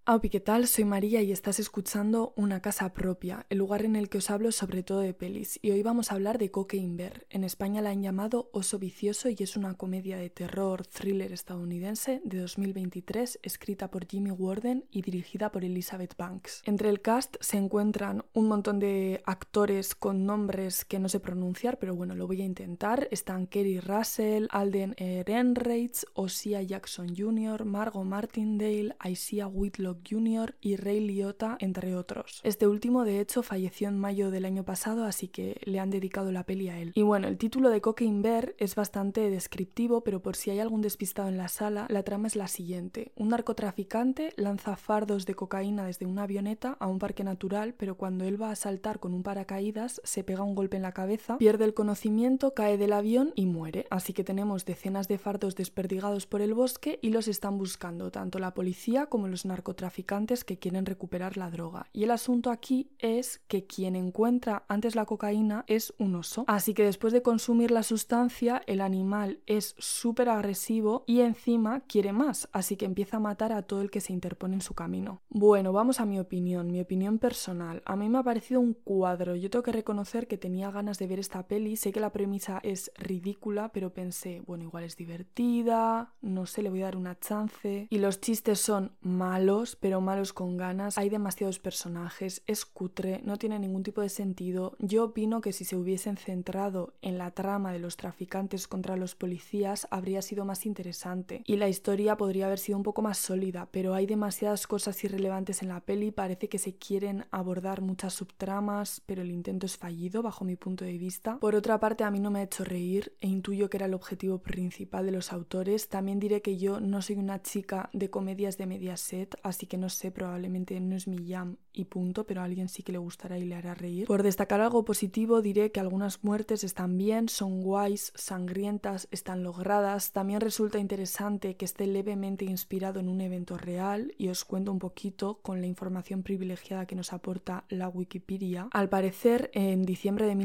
Aupi, ¿qué tal? Soy María y estás escuchando Una Casa Propia, el lugar en el que os hablo sobre todo de pelis. Y hoy vamos a hablar de Cocaine Bear. En España la han llamado Oso Vicioso y es una comedia de terror thriller estadounidense de 2023, escrita por Jimmy Warden y dirigida por Elizabeth Banks. Entre el cast se encuentran un montón de actores con nombres que no sé pronunciar, pero bueno, lo voy a intentar. Están Kerry Russell, Alden Ehrenreich, Ossia Jackson Jr., Margot Martindale, Isaiah Whitlock Jr. y Ray Liotta, entre otros. Este último, de hecho, falleció en mayo del año pasado, así que le han dedicado la peli a él. Y bueno, el título de Cocaine Bear es bastante descriptivo, pero por si hay algún despistado en la sala, la trama es la siguiente. Un narcotraficante lanza fardos de cocaína desde una avioneta a un parque natural, pero cuando él va a saltar con un paracaídas, se pega un golpe en la cabeza, pierde el conocimiento, cae del avión y muere. Así que tenemos decenas de fardos desperdigados por el bosque y los están buscando tanto la policía como los narcotraficantes que quieren recuperar la droga. Y el asunto aquí es que quien encuentra antes la cocaína es un oso. Así que después de consumir la sustancia, el animal es súper agresivo y encima quiere más, así que empieza a matar a todo el que se interpone en su camino. Bueno, vamos a mi opinión personal. A mí me ha parecido un cuadro. Yo tengo que reconocer que tenía ganas de ver esta peli. Sé que la premisa es ridícula, pero pensé, bueno, igual es divertida, no sé, le voy a dar una chance. Y los chistes son malos, pero malos con ganas. Hay demasiados personajes, es cutre, no tiene ningún tipo de sentido. Yo opino que si se hubiesen centrado en la trama de los traficantes contra los policías habría sido más interesante y la historia podría haber sido un poco más sólida, pero hay demasiadas cosas irrelevantes en la peli. Parece que se quieren abordar muchas subtramas, pero el intento es fallido bajo mi punto de vista. Por otra parte, a mí no me ha hecho reír e intuyo que era el objetivo principal de los autores. También diré que yo no soy una chica de comedias de Mediaset, así que no sé, probablemente no es mi jam y punto, pero a alguien sí que le gustará y le hará reír. Por destacar algo positivo, diré que algunas muertes están bien, son guays, sangrientas, están logradas. También resulta interesante que esté levemente inspirado en un evento real y os cuento un poquito con la información privilegiada que nos aporta la Wikipedia. Al parecer, en diciembre de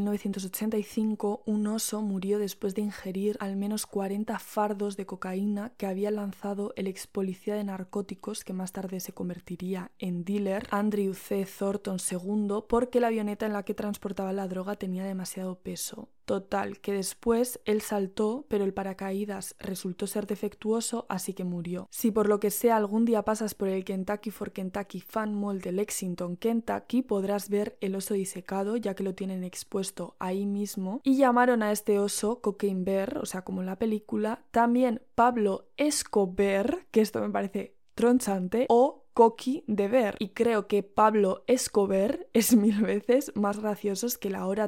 1985, un oso murió después de ingerir al menos 40 fardos de cocaína que había lanzado el ex policía de narcóticos que más tarde se convertiría en dealer, Andrew C. Thornton II, porque la avioneta en la que transportaba la droga tenía demasiado peso. Total, que después él saltó, pero el paracaídas resultó ser defectuoso, así que murió. Si por lo que sea algún día pasas por el Kentucky for Kentucky Fan Mall de Lexington, Kentucky, podrás ver el oso disecado, ya que lo tienen expuesto ahí mismo. Y llamaron a este oso Cocaine Bear, o sea, como en la película, también Pablo Escobar, que esto me parece tronchante, o Coqui de Bear. Y creo que Pablo Escobar es 1000 veces más gracioso que la hora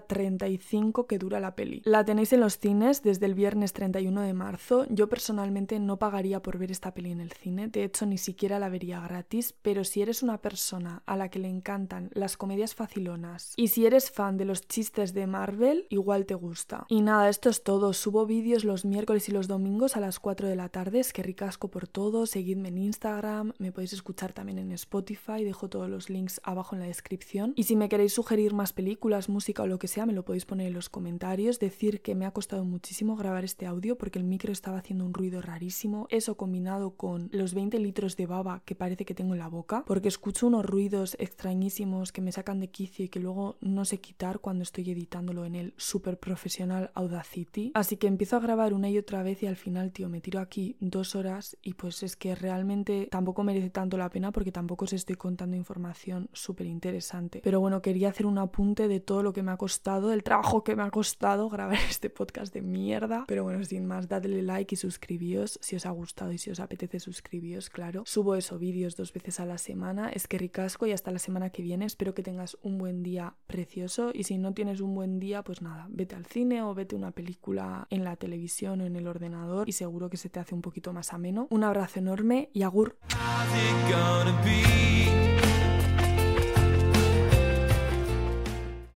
35 que dura la peli. La tenéis en los cines desde el viernes 31 de marzo. Yo personalmente no pagaría por ver esta peli en el cine. De hecho, ni siquiera la vería gratis. Pero si eres una persona a la que le encantan las comedias facilonas y si eres fan de los chistes de Marvel, igual te gusta. Y nada, esto es todo. Subo vídeos los miércoles y los domingos a las 4 de la tarde. Es que ricasco por todo. Seguidme en Instagram. Me podéis escuchar también en Spotify, dejo todos los links abajo en la descripción. Y si me queréis sugerir más películas, música o lo que sea, me lo podéis poner en los comentarios. Decir que me ha costado muchísimo grabar este audio porque el micro estaba haciendo un ruido rarísimo. Eso combinado con los 20 litros de baba que parece que tengo en la boca, porque escucho unos ruidos extrañísimos que me sacan de quicio y que luego no sé quitar cuando estoy editándolo en el super profesional Audacity. Así que empiezo a grabar una y otra vez y al final, tío, me tiro aquí 2 horas y pues es que realmente tampoco merece tanto la pena porque tampoco os estoy contando información súper interesante. Pero bueno, quería hacer un apunte de todo lo que me ha costado, del trabajo que me ha costado grabar este podcast de mierda. Pero bueno, sin más, dadle like y suscribíos si os ha gustado y si os apetece suscribíos, claro. Subo vídeos 2 veces a la semana. Es que ricasco y hasta la semana que viene. Espero que tengas un buen día precioso y si no tienes un buen día, pues nada, vete al cine o vete a una película en la televisión o en el ordenador y seguro que se te hace un poquito más ameno. Un abrazo enorme y agur. Gonna be